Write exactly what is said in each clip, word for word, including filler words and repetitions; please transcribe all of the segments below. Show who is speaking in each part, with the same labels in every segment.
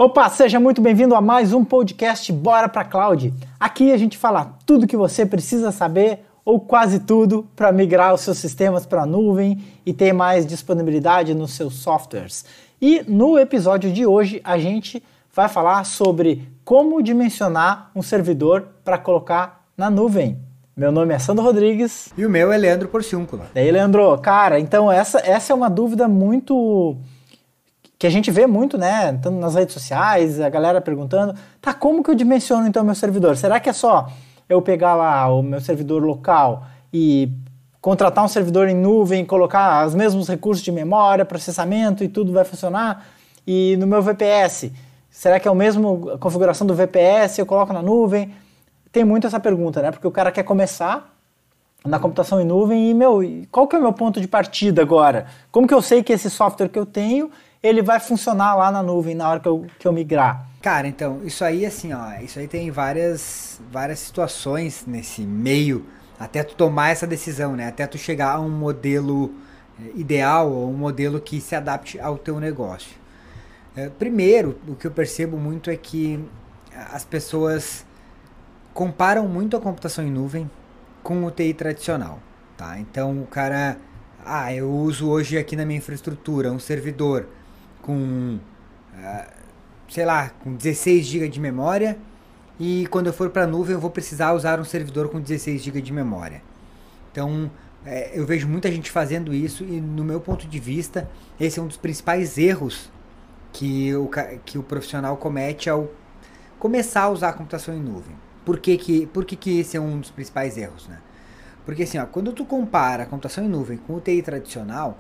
Speaker 1: Opa, seja muito bem-vindo a mais um podcast Bora pra Cloud. Aqui a gente fala tudo que você precisa saber, ou quase tudo, para migrar os seus sistemas para a nuvem e ter mais disponibilidade nos seus softwares. E no episódio de hoje a gente vai falar sobre como dimensionar um servidor para colocar na nuvem. Meu nome é Sandro Rodrigues.
Speaker 2: E o meu é Leandro Porciúncula.
Speaker 1: E aí, Leandro, cara, então essa, essa é uma dúvida muito... que a gente vê muito, né, tanto nas redes sociais, a galera perguntando, tá, como que eu dimensiono então meu servidor? Será que é só eu pegar lá o meu servidor local e contratar um servidor em nuvem, colocar os mesmos recursos de memória, processamento e tudo vai funcionar? E no meu V P S, será que é a mesma configuração do V P S, eu coloco na nuvem? Tem muito essa pergunta, né, porque o cara quer começar na computação em nuvem e, meu, qual que é o meu ponto de partida agora? Como que eu sei que esse software que eu tenho ele vai funcionar lá na nuvem na hora que eu, que eu migrar?
Speaker 2: Cara, então, isso aí, assim, ó, isso aí tem várias, várias situações nesse meio, até tu tomar essa decisão, né? Até tu chegar a um modelo ideal, ou um modelo que se adapte ao teu negócio. É, primeiro, o que eu percebo muito é que as pessoas comparam muito a computação em nuvem com o T I tradicional, tá? Então, o cara, ah, eu uso hoje aqui na minha infraestrutura um servidor com, uh, sei lá, com dezesseis gigas de memória, e quando eu for para a nuvem eu vou precisar usar um servidor com dezesseis gigas de memória. Então, é, eu vejo muita gente fazendo isso e, no meu ponto de vista, esse é um dos principais erros que o, que o profissional comete ao começar a usar a computação em nuvem. Por que que, por que que esse é um dos principais erros, né? Porque assim, ó, quando tu compara a computação em nuvem com o T I tradicional,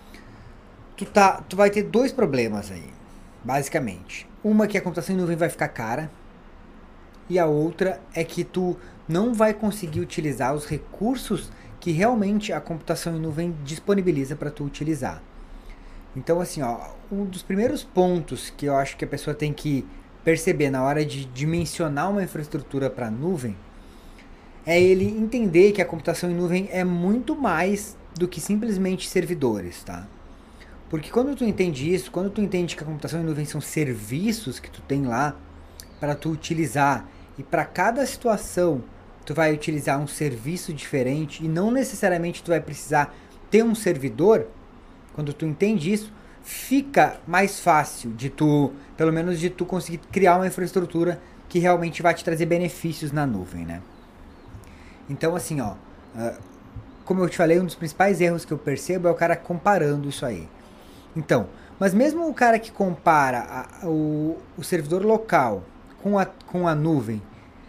Speaker 2: Tu, tá, tu vai ter dois problemas aí, basicamente. Uma que a computação em nuvem vai ficar cara, e a outra é que tu não vai conseguir utilizar os recursos que realmente a computação em nuvem disponibiliza para tu utilizar. Então, assim, ó, um dos primeiros pontos que eu acho que a pessoa tem que perceber na hora de dimensionar uma infraestrutura para nuvem é ele entender que a computação em nuvem é muito mais do que simplesmente servidores, tá? Porque quando tu entende isso, quando tu entende que a computação em nuvem são serviços que tu tem lá para tu utilizar, e para cada situação tu vai utilizar um serviço diferente e não necessariamente tu vai precisar ter um servidor, quando tu entende isso, fica mais fácil de tu, pelo menos de tu conseguir criar uma infraestrutura que realmente vai te trazer benefícios na nuvem, né? Então assim, ó, como eu te falei, um dos principais erros que eu percebo é o cara comparando isso aí. Então, mas mesmo o cara que compara a, o, o servidor local com a, com a nuvem,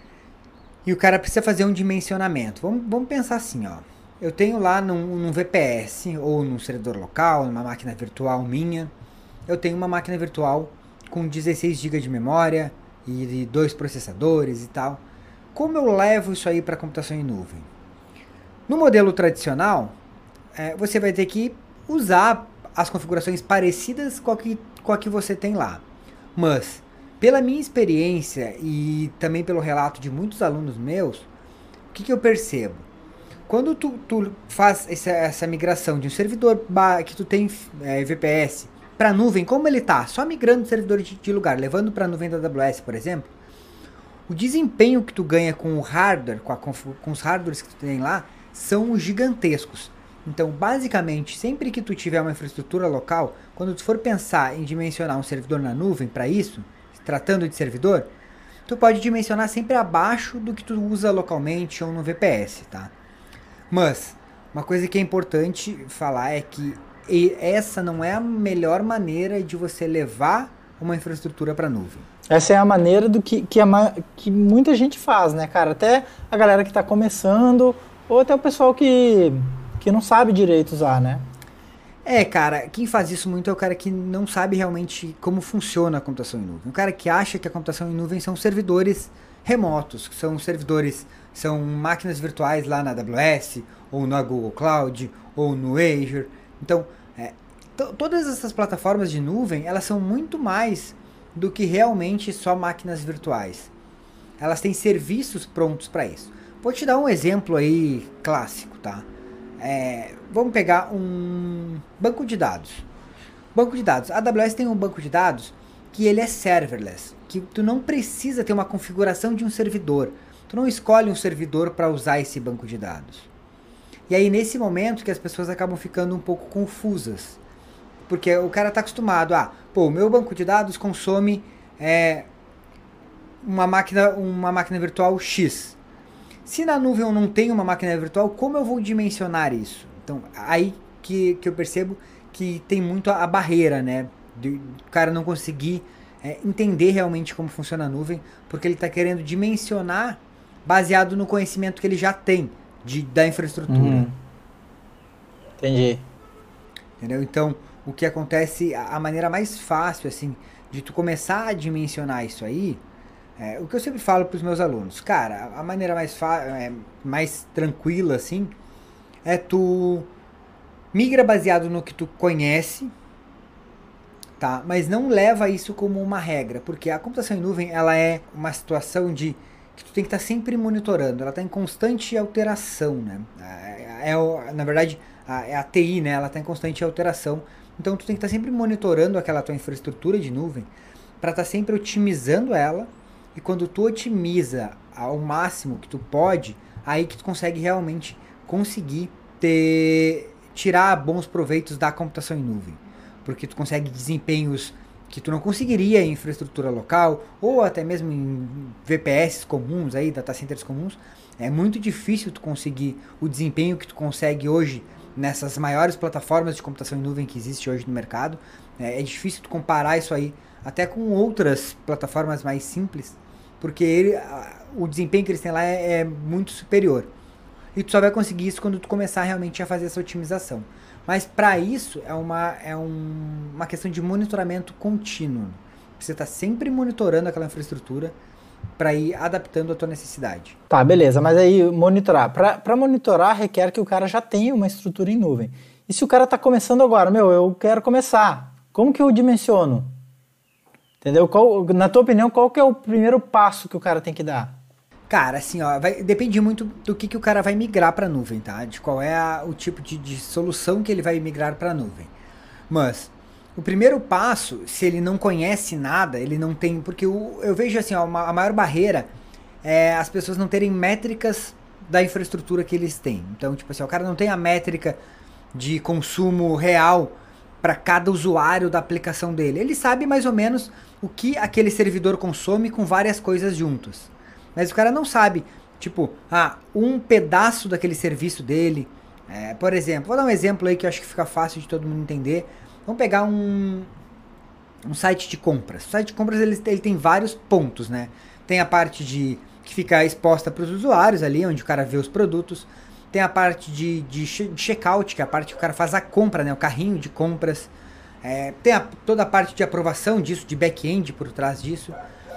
Speaker 2: e o cara precisa fazer um dimensionamento. Vamos, vamos pensar assim, ó. Eu tenho lá num, num V P S, ou num servidor local, numa máquina virtual minha, eu tenho uma máquina virtual com dezesseis gigas de memória e, e dois processadores e tal. Como eu levo isso aí para a computação em nuvem? No modelo tradicional, é, você vai ter que usar as configurações parecidas com a, que, com a que você tem lá. Mas, pela minha experiência e também pelo relato de muitos alunos meus, o que, que eu percebo? Quando tu, tu faz essa, essa migração de um servidor que tu tem é, V P S para a nuvem, como ele está? Só migrando o servidor de, de lugar, levando para a nuvem da A W S, por exemplo, o desempenho que tu ganha com o hardware, com, a, com os hardwares que tu tem lá, são gigantescos. Então, basicamente, sempre que tu tiver uma infraestrutura local, quando tu for pensar em dimensionar um servidor na nuvem para isso, tratando de servidor, tu pode dimensionar sempre abaixo do que tu usa localmente ou no V P S, tá? Mas, uma coisa que é importante falar é que essa não é a melhor maneira de você levar uma infraestrutura para nuvem.
Speaker 1: Essa é a maneira do que, que, a, que muita gente faz, né, cara? Até a galera que está começando, ou até o pessoal que... que não sabe direito usar, né?
Speaker 2: É, cara, quem faz isso muito é o cara que não sabe realmente como funciona a computação em nuvem. O cara que acha que a computação em nuvem são servidores remotos, que são servidores, são máquinas virtuais lá na A W S, ou na Google Cloud, ou no Azure. Então, é, todas essas plataformas de nuvem, elas são muito mais do que realmente só máquinas virtuais. Elas têm serviços prontos para isso. Vou te dar um exemplo aí clássico, tá? É, vamos pegar um banco de dados. Banco de dados. A AWS tem um banco de dados que ele é serverless, que tu não precisa ter uma configuração de um servidor. Tu não escolhe um servidor para usar esse banco de dados. E aí nesse momento que as pessoas acabam ficando um pouco confusas. Porque o cara está acostumado a, pô, o meu banco de dados consome é, uma, máquina, uma máquina virtual X. Se na nuvem eu não tenho uma máquina virtual, como eu vou dimensionar isso? Então, aí que, que eu percebo que tem muito a, a barreira, né? De o cara não conseguir é, entender realmente como funciona a nuvem, porque ele está querendo dimensionar baseado no conhecimento que ele já tem de, da infraestrutura.
Speaker 1: Uhum. Entendi.
Speaker 2: Entendeu? Então, o que acontece, a, a maneira mais fácil, assim, de tu começar a dimensionar isso aí, é, o que eu sempre falo para os meus alunos, cara, a, a maneira mais, é, mais tranquila, assim, é tu migra baseado no que tu conhece, tá? Mas não leva isso como uma regra, porque a computação em nuvem, ela é uma situação de que tu tem que estar tá sempre monitorando, ela está em constante alteração, né? É, é, na verdade, a, é a T I, né? Ela está em constante alteração, então tu tem que estar tá sempre monitorando aquela tua infraestrutura de nuvem para estar tá sempre otimizando ela, e quando tu otimiza ao máximo que tu pode, aí que tu consegue realmente conseguir ter, tirar bons proveitos da computação em nuvem, porque tu consegue desempenhos que tu não conseguiria em infraestrutura local, ou até mesmo em V P S comuns, aí, data centers comuns. É muito difícil tu conseguir o desempenho que tu consegue hoje nessas maiores plataformas de computação em nuvem que existe hoje no mercado. É, é difícil tu comparar isso aí até com outras plataformas mais simples, porque ele, a, o desempenho que eles têm lá é, é muito superior. E tu só vai conseguir isso quando tu começar realmente a fazer essa otimização. Mas para isso é, uma, é um, uma questão de monitoramento contínuo. Você está sempre monitorando aquela infraestrutura para ir adaptando a tua necessidade.
Speaker 1: Tá, beleza. Mas aí monitorar. Para monitorar requer que o cara já tenha uma estrutura em nuvem. E se o cara está começando agora, meu, eu quero começar. Como que eu dimensiono? Entendeu? Qual, na tua opinião, qual que é o primeiro passo que o cara tem que dar?
Speaker 2: Cara, assim, ó, vai, depende muito do que, que o cara vai migrar para a nuvem, tá? De qual é a, o tipo de, de solução que ele vai migrar para a nuvem. Mas o primeiro passo, se ele não conhece nada, ele não tem... Porque o, eu vejo assim, ó, uma, a maior barreira é as pessoas não terem métricas da infraestrutura que eles têm. Então, tipo assim, ó, o cara não tem a métrica de consumo real para cada usuário da aplicação dele. Ele sabe mais ou menos o que aquele servidor consome com várias coisas juntas. Mas o cara não sabe, tipo, ah, um pedaço daquele serviço dele. É, por exemplo, vou dar um exemplo aí que eu acho que fica fácil de todo mundo entender. Vamos pegar um, um site de compras. O site de compras ele, ele tem vários pontos, né? Tem a parte de que fica exposta para os usuários ali, onde o cara vê os produtos. Tem a parte de, de, de checkout, que é a parte que o cara faz a compra, né? O carrinho de compras. É, tem a, toda a parte de aprovação disso, de back-end por trás disso.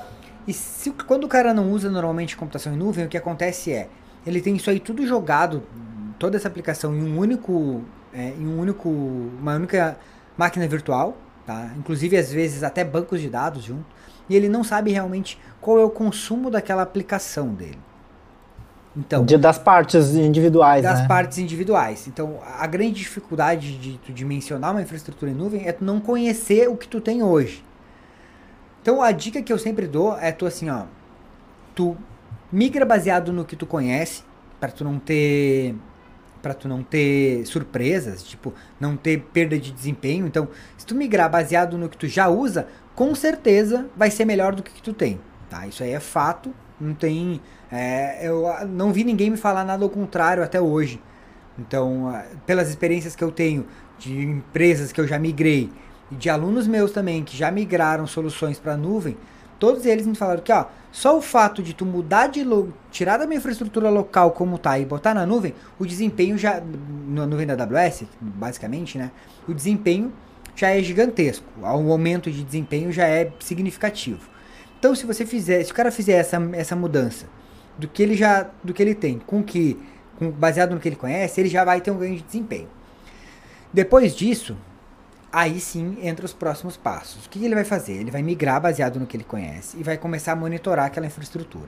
Speaker 2: E se, quando o cara não usa normalmente computação em nuvem, o que acontece é, ele tem isso aí tudo jogado, toda essa aplicação em um único, é, em um único, uma única máquina virtual, tá? Inclusive às vezes até bancos de dados junto, e ele não sabe realmente qual é o consumo daquela aplicação dele. Então,
Speaker 1: de, das partes individuais,
Speaker 2: das
Speaker 1: né?
Speaker 2: partes individuais. Então, a grande dificuldade de tu dimensionar uma infraestrutura em nuvem é tu não conhecer o que tu tem hoje. Então, a dica que eu sempre dou é tu assim, ó, tu migra baseado no que tu conhece, para tu não ter para tu não ter surpresas, tipo, não ter perda de desempenho. Então, se tu migrar baseado no que tu já usa, com certeza vai ser melhor do que, que tu tem, tá? Isso aí é fato, não tem, é, eu não vi ninguém me falar nada ao contrário até hoje. Então, pelas experiências que eu tenho de empresas que eu já migrei, e de alunos meus também, que já migraram soluções para a nuvem, todos eles me falaram que, ó, só o fato de tu mudar de, tirar da minha infraestrutura local como tá e botar na nuvem, o desempenho já, na nuvem da A W S, basicamente, né, o desempenho já é gigantesco, o aumento de desempenho já é significativo. Então, se você fizer, se o cara fizer essa, essa mudança do que ele já, do que ele tem, com que, com, baseado no que ele conhece, ele já vai ter um ganho de desempenho. Depois disso, aí sim entra os próximos passos. O que ele vai fazer? Ele vai migrar baseado no que ele conhece e vai começar a monitorar aquela infraestrutura.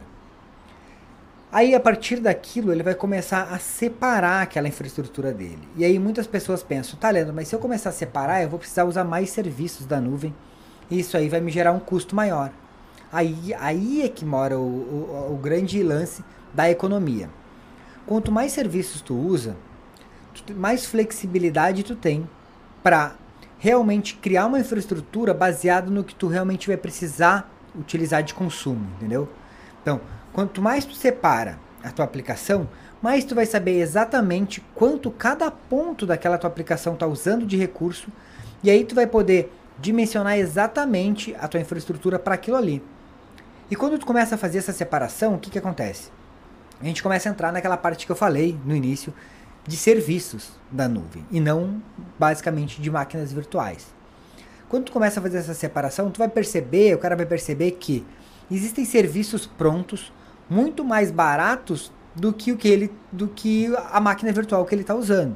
Speaker 2: Aí, a partir daquilo, ele vai começar a separar aquela infraestrutura dele. E aí muitas pessoas pensam, tá, Leandro, mas se eu começar a separar, eu vou precisar usar mais serviços da nuvem isso aí vai me gerar um custo maior. Aí, aí é que mora o, o, o grande lance da economia. Quanto mais serviços tu usa, tu, mais flexibilidade tu tem para realmente criar uma infraestrutura baseada no que tu realmente vai precisar utilizar de consumo, entendeu? Então, quanto mais tu separa a tua aplicação, mais tu vai saber exatamente quanto cada ponto daquela tua aplicação está usando de recurso, e aí tu vai poder dimensionar exatamente a tua infraestrutura para aquilo ali. E quando tu começa a fazer essa separação, o que que acontece? A gente começa a entrar naquela parte que eu falei no início, de serviços da nuvem, e não basicamente de máquinas virtuais. Quando tu começa a fazer essa separação, tu vai perceber, o cara vai perceber que existem serviços prontos, muito mais baratos do que, o que, ele, do que a máquina virtual que ele está usando.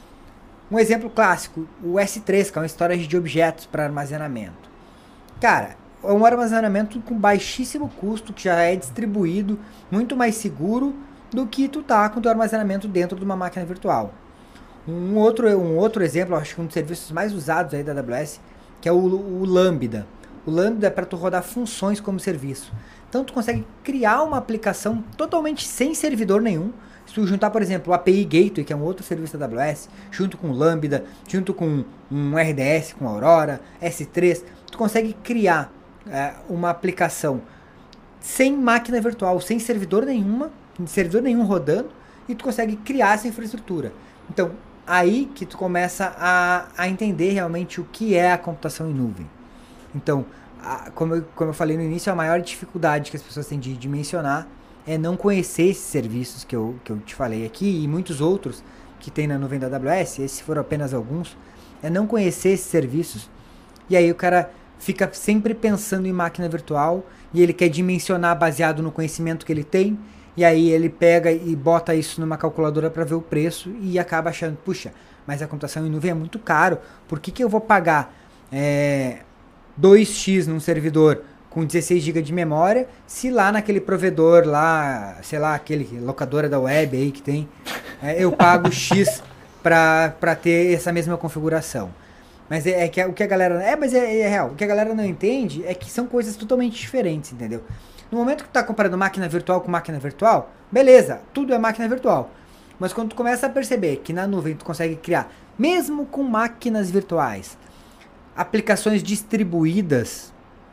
Speaker 2: Um exemplo clássico, o S três, que é uma storage de objetos para armazenamento. Cara, é um armazenamento com baixíssimo custo, que já é distribuído, muito mais seguro do que tu tá com o teu armazenamento dentro de uma máquina virtual. Um outro, um outro exemplo, acho que um dos serviços mais usados aí da A W S, que é o, o Lambda. O Lambda é para tu rodar funções como serviço. Então tu consegue criar uma aplicação totalmente sem servidor nenhum. Se tu juntar, por exemplo, o A P I Gateway, que é um outro serviço da A W S, junto com o Lambda, junto com um R D S, com Aurora, S três, tu consegue criar é, uma aplicação sem máquina virtual, sem servidor nenhuma, servidor nenhum rodando, e tu consegue criar essa infraestrutura. Então, aí que tu começa a, a entender realmente o que é a computação em nuvem. Então, a, como, eu, como eu falei no início, a maior dificuldade que as pessoas têm de dimensionar é não conhecer esses serviços que eu, que eu te falei aqui, e muitos outros que tem na nuvem da A W S, esses foram apenas alguns, é não conhecer esses serviços, e aí o cara fica sempre pensando em máquina virtual, e ele quer dimensionar baseado no conhecimento que ele tem, e aí ele pega e bota isso numa calculadora para ver o preço e acaba achando, puxa, mas a computação em nuvem é muito caro, por que que eu vou pagar é, dois x num servidor com dezesseis gigas de memória, se lá naquele provedor lá, sei lá, aquele locadora da web aí que tem, é, eu pago X para ter essa mesma configuração. Mas é, é que o que a galera... É, mas é, é real. O que a galera não entende é que são coisas totalmente diferentes, entendeu? No momento que tu tá comparando máquina virtual com máquina virtual, beleza, tudo é máquina virtual. Mas quando tu começa a perceber que na nuvem tu consegue criar, mesmo com máquinas virtuais, aplicações distribuídas,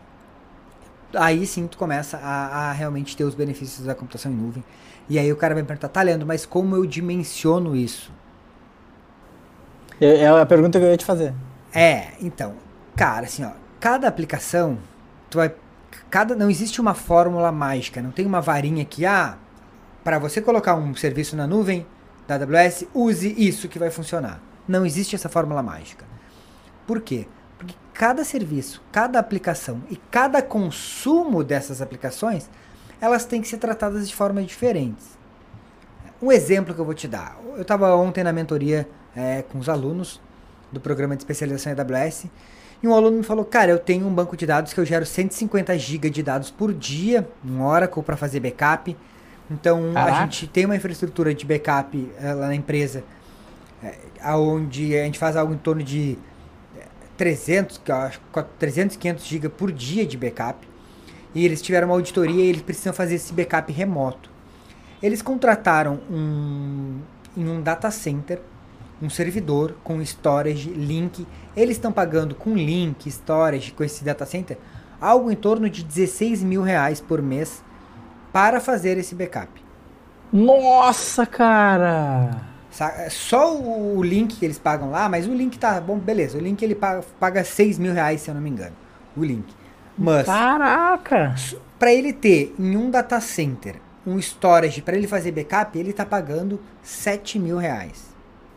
Speaker 2: aí sim tu começa a, a realmente ter os benefícios da computação em nuvem. E aí o cara vai me perguntar, tá, Leandro, mas como eu dimensiono isso?
Speaker 1: É a pergunta que eu ia te fazer.
Speaker 2: É, então, cara, assim, ó, cada aplicação, tu vai, cada, não existe uma fórmula mágica, não tem uma varinha que, ah, para você colocar um serviço na nuvem da A W S, use isso que vai funcionar. Não existe essa fórmula mágica. Por quê? Porque cada serviço, cada aplicação e cada consumo dessas aplicações, elas têm que ser tratadas de formas diferentes. Um exemplo que eu vou te dar. Eu estava ontem na mentoria é, com os alunos do programa de especialização em A W S, e um aluno me falou, cara, eu tenho um banco de dados que eu gero cento e cinquenta gigas de dados por dia, um Oracle para fazer backup. Então, Caraca. A gente tem uma infraestrutura de backup é, lá na empresa, é, onde a gente faz algo em torno de trezentos, trezentos, quinhentos gigas por dia de backup, e eles tiveram uma auditoria e eles precisam fazer esse backup remoto. Eles contrataram um, em um data center, um servidor com storage, link. Eles estão pagando com link, storage, com esse data center, algo em torno de dezesseis mil reais por mês para fazer esse backup.
Speaker 1: Nossa, cara!
Speaker 2: Só o link que eles pagam lá, mas o link tá bom, beleza. O link ele paga, paga seis mil reais, se eu não me engano. O link. Mas,
Speaker 1: caraca!
Speaker 2: Para ele ter em um data center um storage para ele fazer backup, ele tá pagando sete mil reais.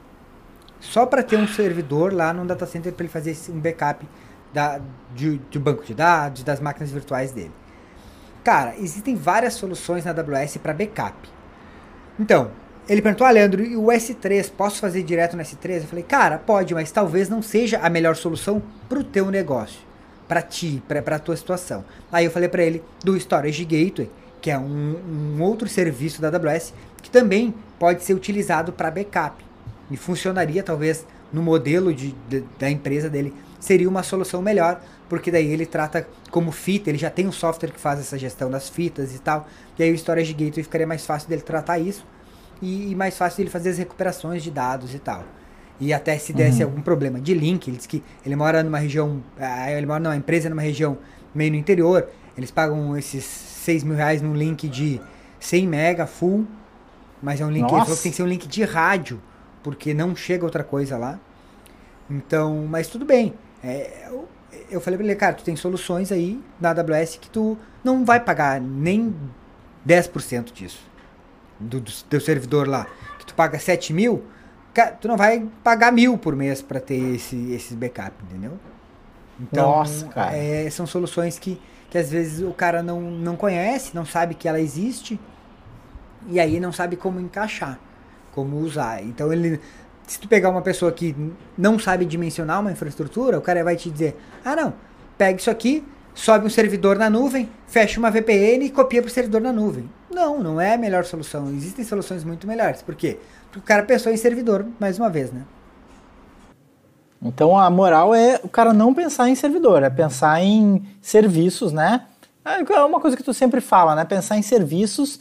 Speaker 2: Só para ter um servidor lá no data center para ele fazer um backup da, de, de banco de dados, das máquinas virtuais dele. Cara, existem várias soluções na A W S para backup. Então, ele perguntou, ah, Leandro, e o S três, posso fazer direto no S três? Eu falei, cara, pode, mas talvez não seja a melhor solução para o teu negócio, para ti, para a tua situação. Aí eu falei para ele do Storage Gateway, que é um, um outro serviço da A W S, que também pode ser utilizado para backup. E funcionaria, talvez, no modelo de, de, da empresa dele, seria uma solução melhor, porque daí ele trata como fita, ele já tem um software que faz essa gestão das fitas e tal, e aí o Storage Gateway ficaria mais fácil dele tratar isso, e, e mais fácil dele fazer as recuperações de dados e tal. E até se desse uhum. algum problema de link, ele diz que ele mora numa região, ele mora numa empresa numa região meio no interior, eles pagam esses seis mil reais num link de cem mega full, mas é um link, ele falou que tem que ser um link de rádio, porque não chega outra coisa lá. Então, mas tudo bem. É, eu, eu falei pra ele, cara, tu tem soluções aí na A W S que tu não vai pagar nem dez por cento disso, do, do teu servidor lá, que tu paga sete mil, tu não vai pagar mil por mês para ter esse, esses backup, entendeu? Então,
Speaker 1: Nossa, cara.
Speaker 2: É, são soluções que, que às vezes o cara não, não conhece, não sabe que ela existe, e aí não sabe como encaixar, como usar. Então, ele, se tu pegar uma pessoa que não sabe dimensionar uma infraestrutura, o cara vai te dizer, ah não, pega isso aqui, sobe um servidor na nuvem, fecha uma V P N e copia para o servidor na nuvem. Não, não é a melhor solução. Existem soluções muito melhores. Por quê? Porque o cara pensou em servidor, mais uma vez, né?
Speaker 1: Então a moral é o cara não pensar em servidor, é pensar em serviços, né? É uma coisa que tu sempre fala, né? Pensar em serviços.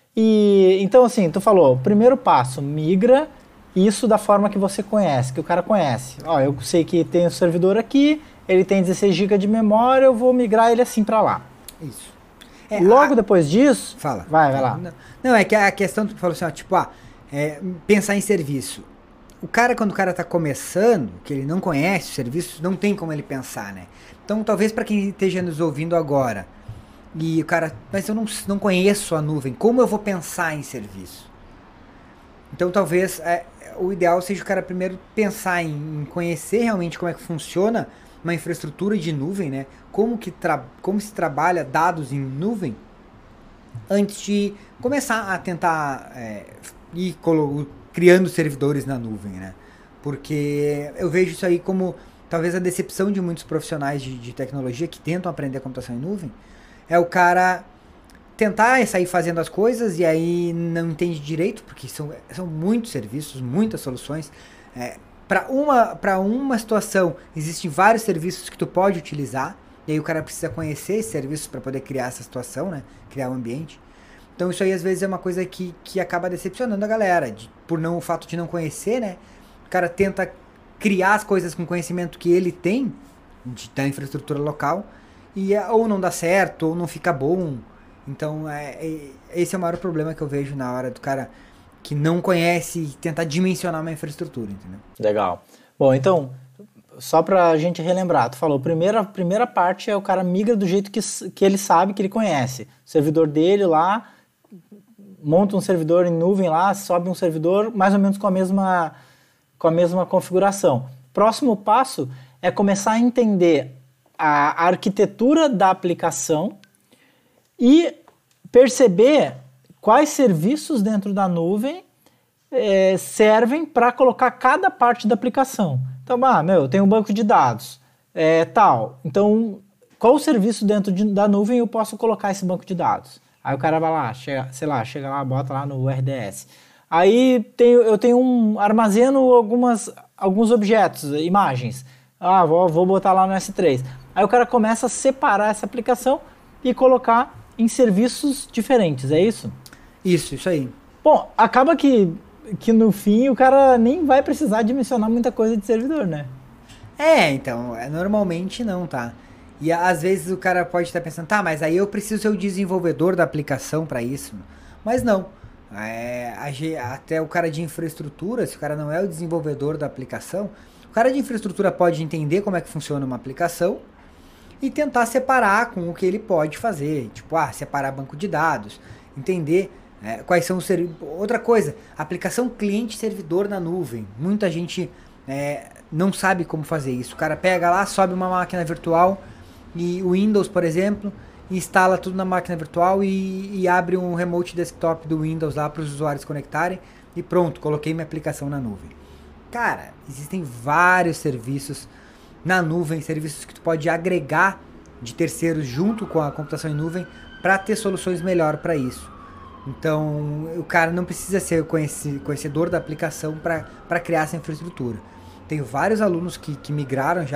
Speaker 1: E então assim, tu falou, primeiro passo, migra isso da forma que você conhece, que o cara conhece. Ó, eu sei que tem o servidor aqui, ele tem dezesseis gigas de memória, eu vou migrar ele assim para lá.
Speaker 2: Isso.
Speaker 1: É, Logo a... depois disso...
Speaker 2: Fala.
Speaker 1: Vai, vai lá.
Speaker 2: Não, não, é que a questão, tu falou assim, ó, tipo, ah, é, pensar em serviço. O cara, quando o cara tá começando, que ele não conhece o serviço, não tem como ele pensar, né? Então, talvez para quem esteja nos ouvindo agora, e o cara, mas eu não, não conheço a nuvem, como eu vou pensar em serviço? Então, talvez é, o ideal seja o cara primeiro pensar em, em conhecer realmente como é que funciona uma infraestrutura de nuvem, né? Como, que tra como se trabalha dados em nuvem, antes de começar a tentar é, ir criando servidores na nuvem, né? Porque eu vejo isso aí como talvez a decepção de muitos profissionais de, de tecnologia que tentam aprender computação em nuvem, é o cara tentar sair fazendo as coisas e aí não entende direito, porque são, são muitos serviços, muitas soluções. É, para uma, para uma situação, existem vários serviços que tu pode utilizar, e aí o cara precisa conhecer esses serviços para poder criar essa situação, né? Criar um ambiente. Então isso aí às vezes é uma coisa que, que acaba decepcionando a galera, de, por não, o fato de não conhecer, né? O cara tenta criar as coisas com conhecimento que ele tem de, da infraestrutura local, e ou não dá certo, ou não fica bom. Então é, é, esse é o maior problema que eu vejo na hora do cara que não conhece e tentar dimensionar uma infraestrutura, entendeu?
Speaker 1: Legal. Bom, então, só pra gente relembrar, tu falou, a primeira, primeira parte é o cara migra do jeito que, que ele sabe, que ele conhece. O servidor dele lá, monta um servidor em nuvem lá, sobe um servidor mais ou menos com a mesma, com a mesma configuração. Próximo passo é começar a entender a arquitetura da aplicação e perceber quais serviços dentro da nuvem é, servem para colocar cada parte da aplicação. Então, ah, meu, eu tenho um banco de dados, é, tal. Então, qual serviço dentro de, da nuvem eu posso colocar esse banco de dados? Aí o cara vai lá, chega, sei lá, chega lá, bota lá no R D S. Aí tenho, eu tenho um, armazeno algumas, alguns objetos, imagens. Ah, vou, vou botar lá no S três. Aí o cara começa a separar essa aplicação e colocar em serviços diferentes, é isso?
Speaker 2: Isso, isso aí.
Speaker 1: Bom, acaba que, que no fim o cara nem vai precisar dimensionar muita coisa de servidor, né?
Speaker 2: É, então, é, normalmente não, tá? E às vezes o cara pode estar pensando, tá, mas aí eu preciso ser o desenvolvedor da aplicação para isso. Mas não. É, a, até o cara de infraestrutura, se o cara não é o desenvolvedor da aplicação, o cara de infraestrutura pode entender como é que funciona uma aplicação e tentar separar com o que ele pode fazer. Tipo, ah, separar banco de dados, entender é, quais são os serviços. Outra coisa, aplicação cliente-servidor na nuvem. Muita gente é, não sabe como fazer isso. O cara pega lá, sobe uma máquina virtual, e o Windows, por exemplo, instala tudo na máquina virtual e, e abre um remote desktop do Windows lá para os usuários conectarem e pronto, coloquei minha aplicação na nuvem. Cara, existem vários serviços na nuvem, serviços que tu pode agregar de terceiros junto com a computação em nuvem para ter soluções melhor para isso. Então, o cara não precisa ser conhecedor da aplicação para criar essa infraestrutura. Tenho vários alunos que, que migraram já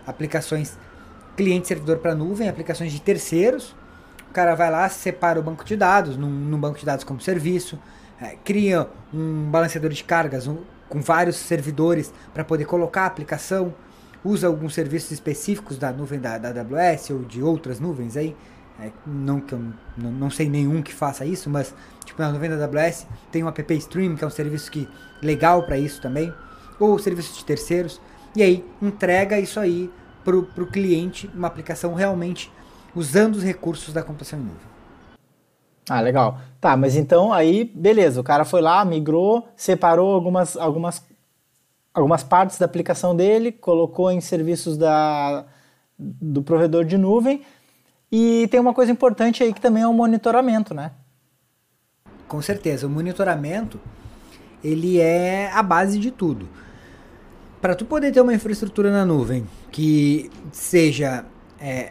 Speaker 2: aplicações cliente-servidor para nuvem, aplicações de terceiros. O cara vai lá, separa o banco de dados, num, num banco de dados como serviço, é, cria um balanceador de cargas um, com vários servidores para poder colocar a aplicação, usa alguns serviços específicos da nuvem da, da A W S ou de outras nuvens aí. É, não que eu não, não sei nenhum que faça isso, mas tipo na nuvem da A W S tem um app stream, que é um serviço que legal para isso também, ou serviços de terceiros, e aí entrega isso aí pro, pro cliente, uma aplicação realmente usando os recursos da computação em nuvem.
Speaker 1: Ah, legal. Tá, mas então aí, beleza, o cara foi lá, migrou, separou algumas, algumas, algumas partes da aplicação dele, colocou em serviços da, do provedor de nuvem. E tem uma coisa importante aí que também é o monitoramento, né?
Speaker 2: Com certeza, o monitoramento, ele é a base de tudo. Para tu poder ter uma infraestrutura na nuvem que seja é,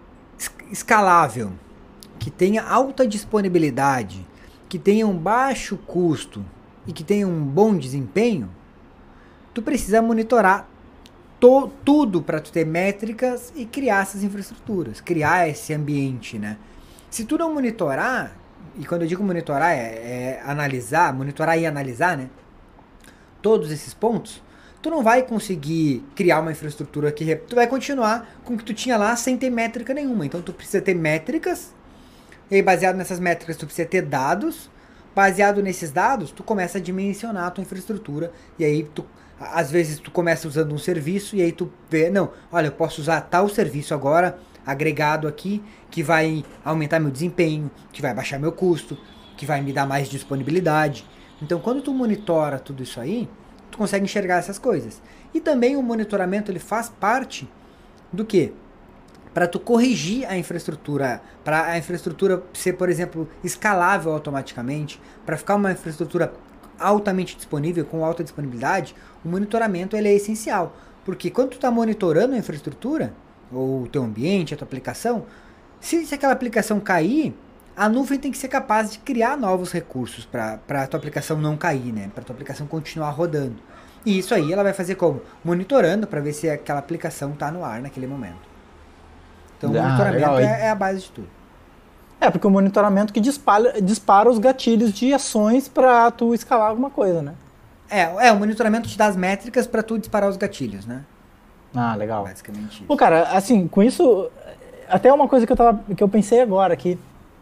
Speaker 2: escalável, que tenha alta disponibilidade, que tenha um baixo custo e que tenha um bom desempenho, tu precisa monitorar To, tudo para tu ter métricas e criar essas infraestruturas, criar esse ambiente, né? Se tu não monitorar, e quando eu digo monitorar é, é analisar, monitorar e analisar, né? Todos esses pontos, tu não vai conseguir criar uma infraestrutura que tu vai continuar com o que tu tinha lá sem ter métrica nenhuma. Então tu precisa ter métricas, e aí baseado nessas métricas tu precisa ter dados, baseado nesses dados tu começa a dimensionar a tua infraestrutura, e aí tu às vezes tu começa usando um serviço e aí tu vê, não, olha, eu posso usar tal serviço agora, agregado aqui, que vai aumentar meu desempenho, que vai baixar meu custo, que vai me dar mais disponibilidade. Então quando tu monitora tudo isso aí, tu consegue enxergar essas coisas. E também o monitoramento, ele faz parte do quê? Para tu corrigir a infraestrutura, para a infraestrutura ser, por exemplo, escalável automaticamente, para ficar uma infraestrutura altamente disponível, com alta disponibilidade, o monitoramento ele é essencial. Porque quando tu está monitorando a infraestrutura, ou o teu ambiente, a tua aplicação, se, se aquela aplicação cair, a nuvem tem que ser capaz de criar novos recursos para a tua aplicação não cair, né? Para a tua aplicação continuar rodando. E isso aí ela vai fazer como? Monitorando para ver se aquela aplicação está no ar naquele momento. Então o
Speaker 1: Ah,
Speaker 2: monitoramento
Speaker 1: legal.
Speaker 2: é, é a base de tudo.
Speaker 1: É, porque o monitoramento que dispara, dispara os gatilhos de ações para tu escalar alguma coisa, né?
Speaker 2: É, é, o monitoramento te dá as métricas para tu disparar os gatilhos, né?
Speaker 1: Ah, legal.
Speaker 2: Basicamente isso.
Speaker 1: Pô, cara, assim, com isso, até uma coisa que eu, tava, que eu pensei agora, que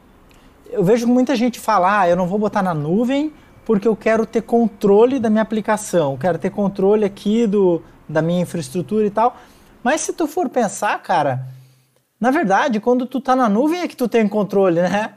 Speaker 1: eu vejo muita gente falar, ah, eu não vou botar na nuvem porque eu quero ter controle da minha aplicação, quero ter controle aqui do, da minha infraestrutura e tal. Mas se tu for pensar, cara, na verdade, quando tu tá na nuvem é que tu tem controle, né?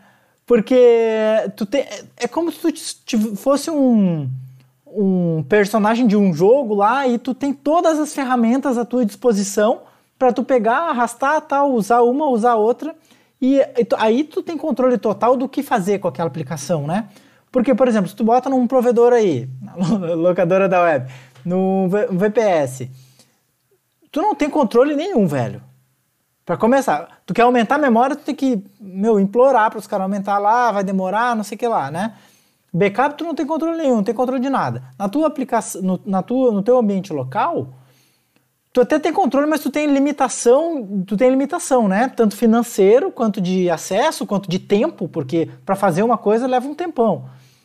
Speaker 1: Porque tu tem, é como se tu fosse um, um personagem de um jogo lá e tu tem todas as ferramentas à tua disposição para tu pegar, arrastar, tal, usar uma, usar outra. E, e tu, aí tu tem controle total do que fazer com aquela aplicação, né? Porque, por exemplo, se tu bota num provedor aí, na locadora da web, no V P S, tu não tem controle nenhum, velho. Pra começar, tu quer aumentar a memória, tu tem que, meu, implorar para os caras aumentar lá, vai demorar, não sei o que lá, né? Backup tu não tem controle nenhum, não tem controle de nada. Na tua aplicação, no, na tua, no teu ambiente local, tu até tem controle, mas tu tem limitação, tu tem limitação, né? Tanto financeiro, quanto de acesso, quanto de tempo, porque para fazer uma coisa leva um tempão.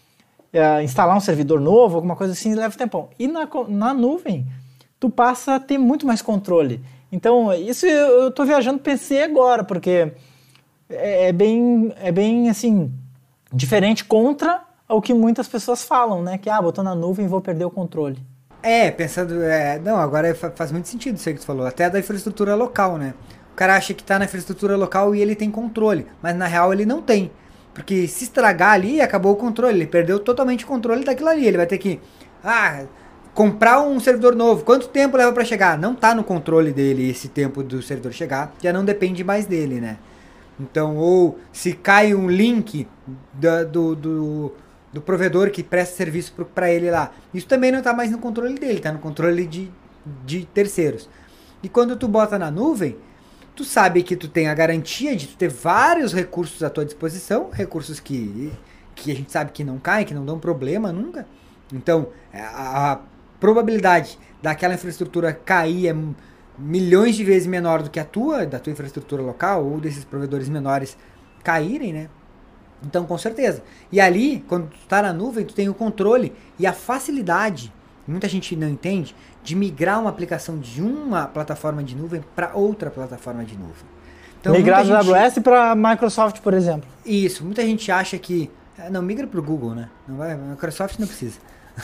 Speaker 1: É, instalar um servidor novo, alguma coisa assim, leva um tempão. E na, na nuvem, tu passa a ter muito mais controle. Então, isso eu tô viajando, pensei agora, porque é, é bem, é bem, assim, diferente contra o que muitas pessoas falam, né? Que, ah, botou na nuvem e vou perder o controle.
Speaker 2: É, pensando, é, não, agora faz muito sentido isso aí que tu falou, até da infraestrutura local, né? O cara acha que tá na infraestrutura local e ele tem controle, mas na real ele não tem. Porque se estragar ali, acabou o controle, ele perdeu totalmente o controle daquilo ali, ele vai ter que, ah... comprar um servidor novo, quanto tempo leva para chegar? Não tá no controle dele esse tempo do servidor chegar, já não depende mais dele, né? Então, ou se cai um link da, do, do, do provedor que presta serviço para ele lá, isso também não tá mais no controle dele, tá no controle de, de terceiros. E quando tu bota na nuvem, tu sabe que tu tem a garantia de tu ter vários recursos à tua disposição, recursos que, que a gente sabe que não caem, que não dão problema nunca. Então, a, a probabilidade daquela infraestrutura cair é, milhões de vezes menor do que a tua, da tua infraestrutura local, ou desses provedores menores caírem, né? Então, com certeza. E ali, quando tu tá na nuvem, tu tem o controle e a facilidade, muita gente não entende, de migrar uma aplicação de uma plataforma de nuvem para outra plataforma de nuvem.
Speaker 1: Então, migrar do A W S para Microsoft, por exemplo.
Speaker 2: Isso. Muita gente acha que... Não, migra para o Google, né? Não vai, Microsoft não precisa.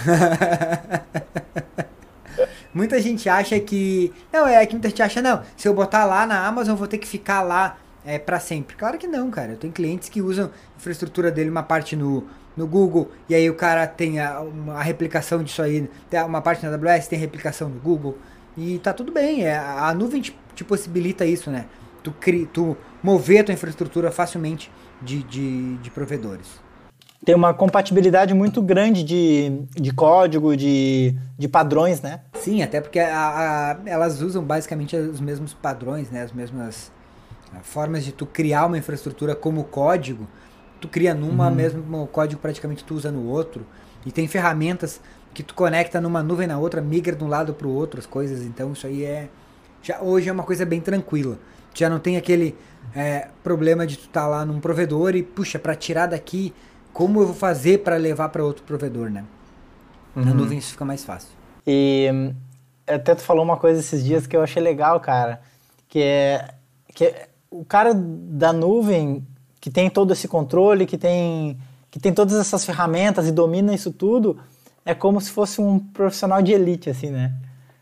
Speaker 2: Muita gente acha que... Não, é que muita gente acha, não, se eu botar lá na Amazon, eu vou ter que ficar lá é, para sempre. Claro que não, cara. Eu tenho clientes que usam a infraestrutura dele, uma parte no, no Google, e aí o cara tem a, uma, a replicação disso aí, tem uma parte na A W S, tem replicação no Google, e tá tudo bem. É, a nuvem te, te possibilita isso, né? Tu, cri, tu mover a tua infraestrutura facilmente de, de, de provedores.
Speaker 1: Tem uma compatibilidade muito grande de, de código, de, de padrões, né?
Speaker 2: Sim, até porque a, a, elas usam basicamente os mesmos padrões, né? As mesmas formas de tu criar uma infraestrutura como código. Tu cria numa, uhum. mesmo código praticamente tu usa no outro. E tem ferramentas que tu conecta numa nuvem na outra, migra de um lado para o outro as coisas. Então isso aí é... Já, hoje é uma coisa bem tranquila. Tu já não tem aquele é, problema de tu estar tá lá num provedor e, puxa, para tirar daqui... Como eu vou fazer para levar para outro provedor, né? Uhum. Na nuvem isso fica mais fácil.
Speaker 1: E até tu falou uma coisa esses dias que eu achei legal, cara, que é, que é o cara da nuvem que tem todo esse controle, que tem, que tem todas essas ferramentas e domina isso tudo, é como se fosse um profissional de elite, assim, né?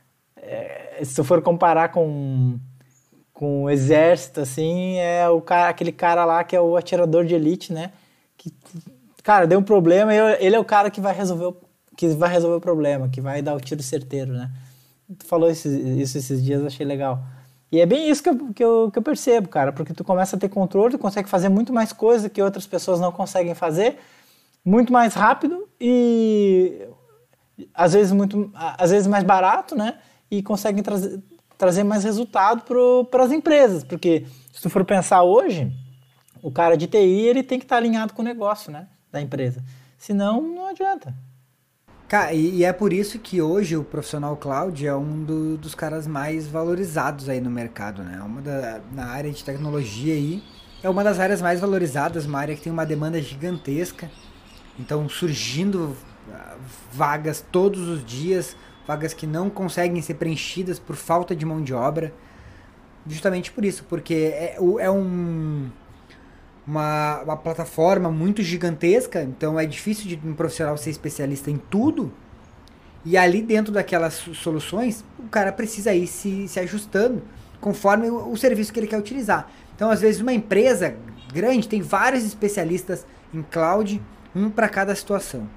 Speaker 1: É, se tu for comparar com, com o exército, assim, é o cara, aquele cara lá que é o atirador de elite, né? Que... Cara, deu um problema e ele é o cara que vai resolver o, que vai resolver o problema, que vai dar o tiro certeiro, né? Tu falou isso, isso esses dias, eu achei legal. E é bem isso que eu, que, eu, que eu percebo, cara, porque tu começa a ter controle, tu consegue fazer muito mais coisa que outras pessoas não conseguem fazer, muito mais rápido e às vezes, muito, às vezes mais barato, né? E conseguem trazer, trazer mais resultado para as empresas, porque se tu for pensar hoje, o cara de T I ele tem que estar alinhado com o negócio, né? Da empresa. Senão, não adianta.
Speaker 2: Cara, e, e é por isso que hoje o profissional cloud é um do, dos caras mais valorizados aí no mercado, né? Uma da, na área de tecnologia aí, é uma das áreas mais valorizadas, uma área que tem uma demanda gigantesca. Então, surgindo vagas todos os dias, vagas que não conseguem ser preenchidas por falta de mão de obra. Justamente por isso, porque é, é um... Uma, uma plataforma muito gigantesca, então é difícil de um profissional ser especialista em tudo, e ali dentro daquelas soluções, o cara precisa ir se, se ajustando conforme o, o serviço que ele quer utilizar. Então, às vezes, uma empresa grande tem vários especialistas em cloud, um para cada situação.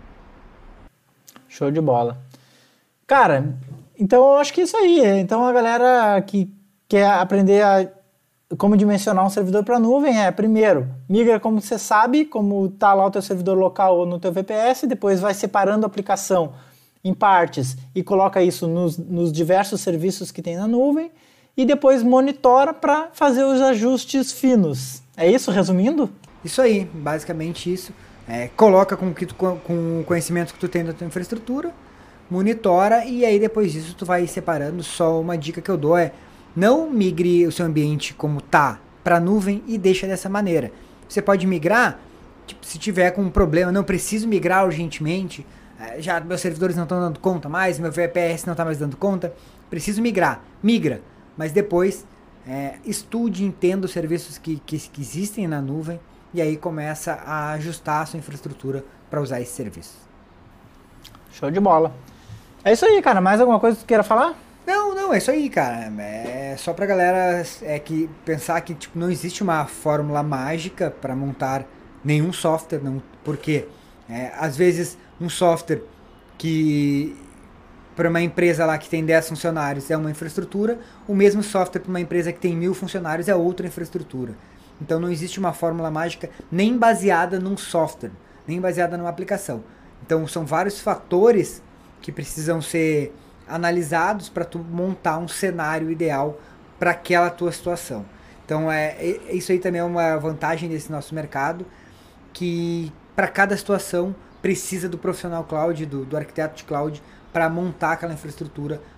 Speaker 1: Show de bola. Cara, então eu acho que é isso aí. Então, a galera que quer aprender a como dimensionar um servidor para nuvem é, primeiro, migra como você sabe, como está lá o teu servidor local ou no teu V P S, depois vai separando a aplicação em partes e coloca isso nos, nos diversos serviços que tem na nuvem e depois monitora para fazer os ajustes finos. É isso, resumindo?
Speaker 2: Isso aí, basicamente isso. É, coloca com, que tu, com o conhecimento que tu tem da tua infraestrutura, monitora e aí depois disso tu vai separando. Só uma dica que eu dou é não migre o seu ambiente como tá para a nuvem e deixa dessa maneira. Você pode migrar, tipo, se tiver com um problema, não preciso migrar urgentemente, já meus servidores não estão dando conta mais, meu V P S não está mais dando conta, preciso migrar. Migra, mas depois é, estude, entenda os serviços que, que, que existem na nuvem e aí começa a ajustar a sua infraestrutura para usar esse serviço.
Speaker 1: Show de bola. É isso aí, cara. Mais alguma coisa que tu queira falar?
Speaker 2: Não, não, é isso aí, cara. É só pra galera é que pensar que tipo, não existe uma fórmula mágica para montar nenhum software, não, porque é, às vezes um software que para uma empresa lá que tem dez funcionários é uma infraestrutura, o mesmo software para uma empresa que tem mil funcionários é outra infraestrutura. Então não existe uma fórmula mágica nem baseada num software, nem baseada numa aplicação. Então são vários fatores que precisam ser analisados para tu montar um cenário ideal para aquela tua situação. Então é, é isso aí também é uma vantagem desse nosso mercado, que para cada situação precisa do profissional cloud, do, do arquiteto de cloud para montar aquela infraestrutura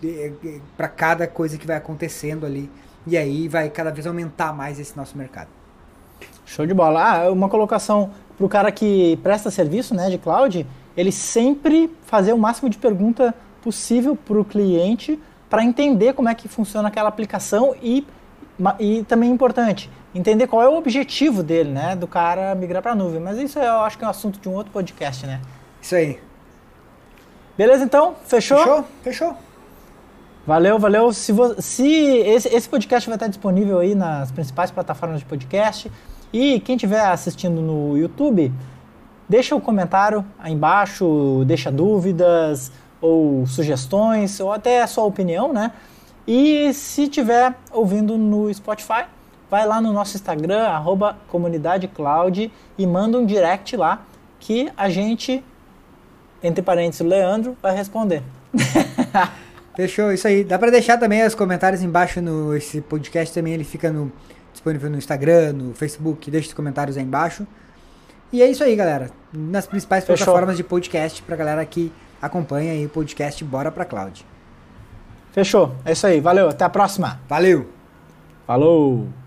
Speaker 2: para cada coisa que vai acontecendo ali. E aí vai cada vez aumentar mais esse nosso mercado.
Speaker 1: Show de bola. Ah, uma colocação para o cara que presta serviço, né, de cloud, ele sempre fazer o máximo de pergunta possível para o cliente para entender como é que funciona aquela aplicação e, e também importante, entender qual é o objetivo dele, né, do cara migrar para a nuvem. Mas isso eu acho que é um assunto de um outro podcast, né?
Speaker 2: Isso aí.
Speaker 1: Beleza, então? Fechou?
Speaker 2: Fechou? Fechou.
Speaker 1: Valeu, valeu. Se, vo, se esse, esse podcast vai estar disponível aí nas principais plataformas de podcast. E quem estiver assistindo no YouTube, deixa o um comentário aí embaixo, deixa dúvidas ou sugestões, ou até a sua opinião, né? E se estiver ouvindo no Spotify, vai lá no nosso Instagram, arroba Comunidade Cloud, e manda um direct lá que a gente, entre parênteses, o Leandro, vai responder.
Speaker 2: Fechou, isso aí. Dá para deixar também os comentários embaixo no esse podcast também, ele fica no, disponível no Instagram, no Facebook, deixa os comentários aí embaixo. E é isso aí, galera. Nas principais Fechou. plataformas de podcast pra galera que acompanha aí o podcast Bora Pra Cloud.
Speaker 1: Fechou, é isso aí. Valeu, até a próxima.
Speaker 2: Valeu.
Speaker 1: Falou.